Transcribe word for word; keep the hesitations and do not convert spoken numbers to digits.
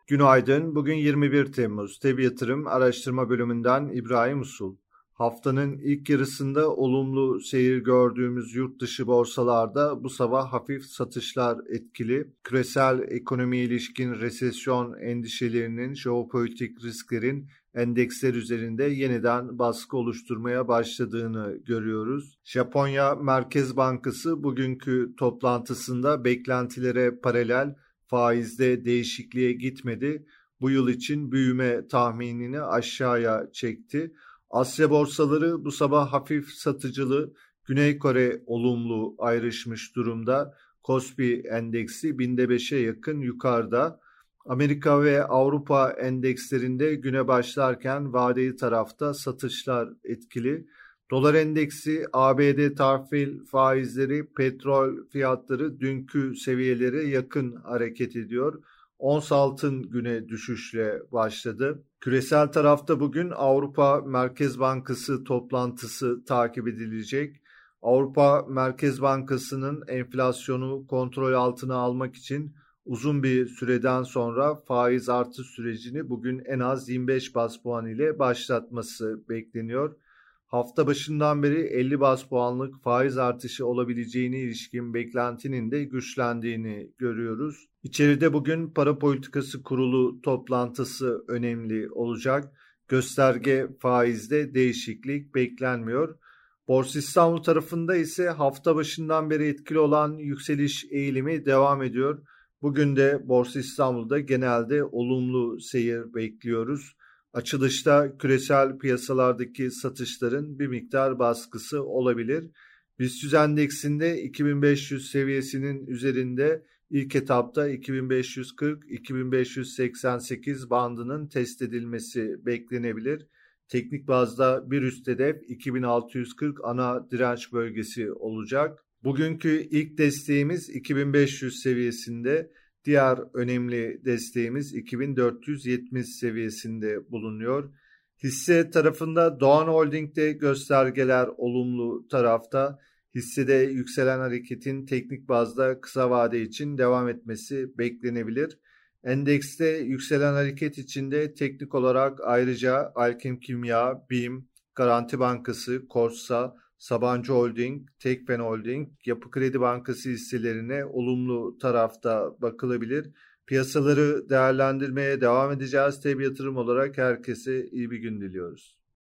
Günaydın. Bugün yirmi bir Temmuz. T E B Yatırım Araştırma Bölümünden İbrahim Usul. Haftanın ilk yarısında olumlu seyir gördüğümüz yurt dışı borsalarda bu sabah hafif satışlar etkili. Küresel ekonomiye ilişkin resesyon endişelerinin, jeopolitik risklerin endeksler üzerinde yeniden baskı oluşturmaya başladığını görüyoruz. Japonya Merkez Bankası bugünkü toplantısında beklentilere paralel faizde değişikliğe gitmedi. Bu yıl için büyüme tahminini aşağıya çekti. Asya borsaları bu sabah hafif satıcılı, Güney Kore olumlu ayrışmış durumda. Kospi endeksi binde beşe yakın yukarıda. Amerika ve Avrupa endekslerinde güne başlarken vadeli tarafta satışlar etkili. Dolar endeksi, A B D tahvil faizleri, petrol fiyatları dünkü seviyelere yakın hareket ediyor. Ons altın güne düşüşle başladı. Küresel tarafta bugün Avrupa Merkez Bankası toplantısı takip edilecek. Avrupa Merkez Bankası'nın enflasyonu kontrol altına almak için uzun bir süreden sonra faiz artış sürecini bugün en az yirmi beş baz puan ile başlatması bekleniyor. Hafta başından beri elli baz puanlık faiz artışı olabileceğine ilişkin beklentinin de güçlendiğini görüyoruz. İçeride bugün Para Politikası Kurulu toplantısı önemli olacak. Gösterge faizde değişiklik beklenmiyor. Borsa İstanbul tarafında ise hafta başından beri etkili olan yükseliş eğilimi devam ediyor. Bugün de Borsa İstanbul'da genelde olumlu seyir bekliyoruz. Açılışta küresel piyasalardaki satışların bir miktar baskısı olabilir. BIST yüz endeksinde iki bin beş yüz seviyesinin üzerinde ilk etapta iki bin beş yüz kırk iki bin beş yüz seksen sekiz bandının test edilmesi beklenebilir. Teknik bazda bir üst hedef iki bin altı yüz kırk ana direnç bölgesi olacak. Bugünkü ilk desteğimiz iki bin beş yüz seviyesinde. Diğer önemli desteğimiz iki bin dört yüz yetmiş seviyesinde bulunuyor. Hisse tarafında Doğan Holding'de göstergeler olumlu tarafta. Hissede yükselen hareketin teknik bazda kısa vade için devam etmesi beklenebilir. Endekste yükselen hareket içinde teknik olarak ayrıca Alkem Kimya, BİM, Garanti Bankası, Korsa, Sabancı Holding, Tekfen Holding, Yapı Kredi Bankası hisselerine olumlu tarafta bakılabilir. Piyasaları değerlendirmeye devam edeceğiz. T E B Yatırım olarak herkese iyi bir gün diliyoruz.